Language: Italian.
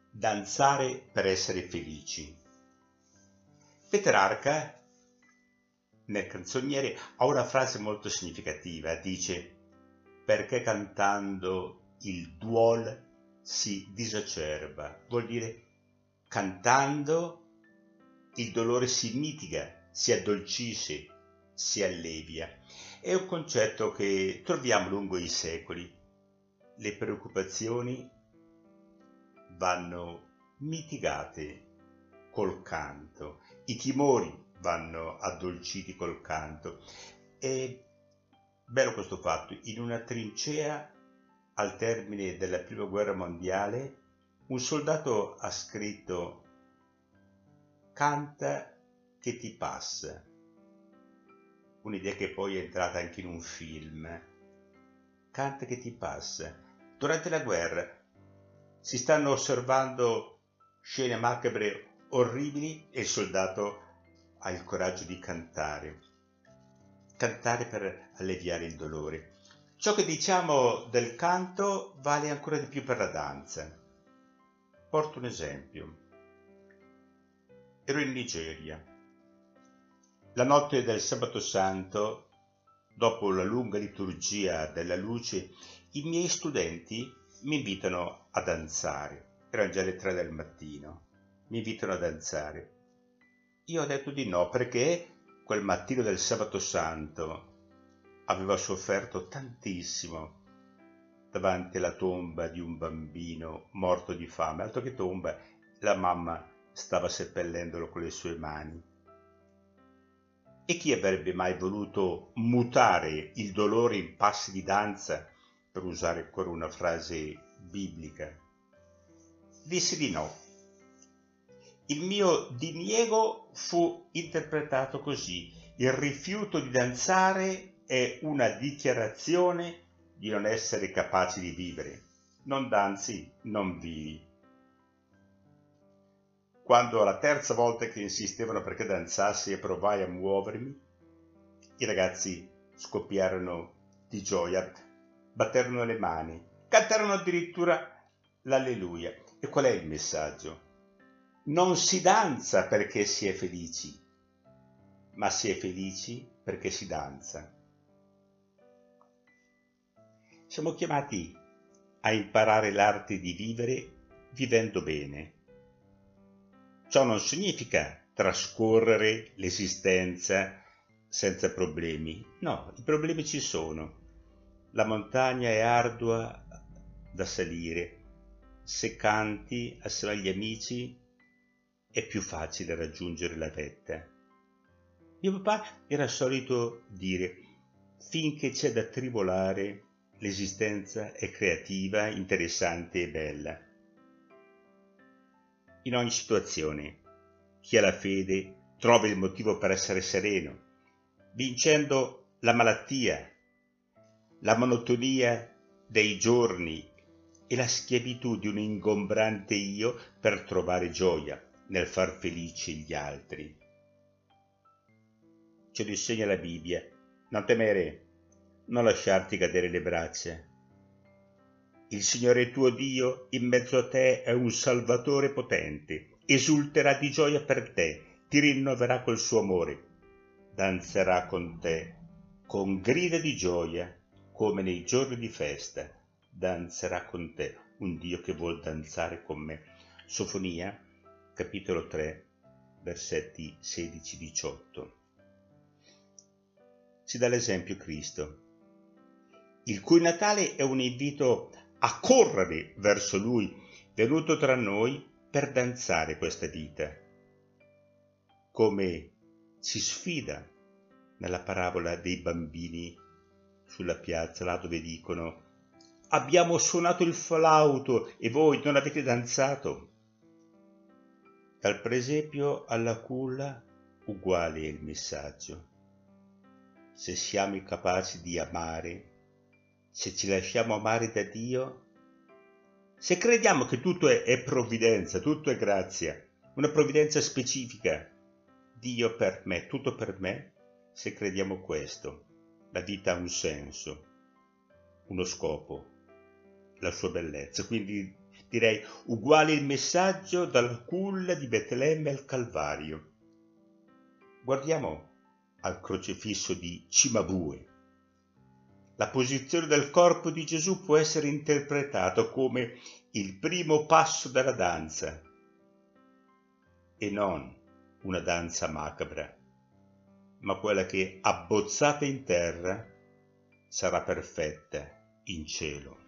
Danzare per essere felici. Petrarca, nel canzoniere, ha una frase molto significativa. Dice: perché cantando il duol si disacerba. Vuol dire, cantando il dolore si mitiga, si addolcisce, si allevia. È un concetto che troviamo lungo i secoli. Le preoccupazioni vanno mitigate col canto, i timori vanno addolciti col canto. È bello questo fatto. In una trincea, al termine della prima guerra mondiale, un soldato ha scritto: canta che ti passa. Un'idea che poi è entrata anche in un film. Canta che ti passa. Durante la guerra si stanno osservando scene macabre, orribili, e il soldato ha il coraggio di cantare. Cantare per alleviare il dolore. Ciò che diciamo del canto vale ancora di più per la danza. Porto un esempio. Ero in Nigeria. La notte del Sabato Santo, dopo la lunga liturgia della luce, i miei studenti mi invitano a danzare. Erano già le 3 del mattino. Mi invitano a danzare. Io ho detto di no, perché quel mattino del Sabato Santo aveva sofferto tantissimo davanti alla tomba di un bambino morto di fame. Altro che tomba, la mamma stava seppellendolo con le sue mani. E chi avrebbe mai voluto mutare il dolore in passi di danza, per usare ancora una frase biblica? Dissi di no. Il mio diniego fu interpretato così: il rifiuto di danzare è una dichiarazione di non essere capaci di vivere. Non danzi, non vivi. Quando la terza volta che insistevano perché danzassi e provai a muovermi, i ragazzi scoppiarono di gioia, batterono le mani, cantarono addirittura l'alleluia. E qual è il messaggio? Non si danza perché si è felici, ma si è felici perché si danza. Siamo chiamati a imparare l'arte di vivere vivendo bene. Ciò non significa trascorrere l'esistenza senza problemi. No, i problemi ci sono. La montagna è ardua da salire. Se canti assieme agli amici è più facile raggiungere la vetta. Mio papà era solito dire: finché c'è da tribolare, l'esistenza è creativa, interessante e bella. In ogni situazione, chi ha la fede trova il motivo per essere sereno, vincendo la malattia, la monotonia dei giorni e la schiavitù di un ingombrante io, per trovare gioia nel far felici gli altri. Ce lo insegna la Bibbia: non temere, non lasciarti cadere le braccia. Il Signore tuo Dio in mezzo a te è un Salvatore potente, esulterà di gioia per te, ti rinnoverà col suo amore, danzerà con te con grida di gioia come nei giorni di festa, danzerà con te un Dio che vuol danzare con me. Sofonia, capitolo 3, versetti 16-18. Si dà l'esempio Cristo, il cui Natale è un invito a correre verso Lui, venuto tra noi per danzare questa vita. Come si sfida nella parabola dei bambini sulla piazza, là dove dicono: abbiamo suonato il flauto e voi non avete danzato. Dal presepio alla culla uguale è il messaggio. Se siamo incapaci di amare, se ci lasciamo amare da Dio, se crediamo che tutto è provvidenza, tutto è grazia, una provvidenza specifica, Dio per me, tutto per me, se crediamo questo, la vita ha un senso, uno scopo, la sua bellezza. Quindi direi uguale il messaggio dalla culla di Betlemme al Calvario. Guardiamo al crocifisso di Cimabue. La posizione del corpo di Gesù può essere interpretato come il primo passo della danza e non una danza macabra, ma quella che, abbozzata in terra, sarà perfetta in cielo.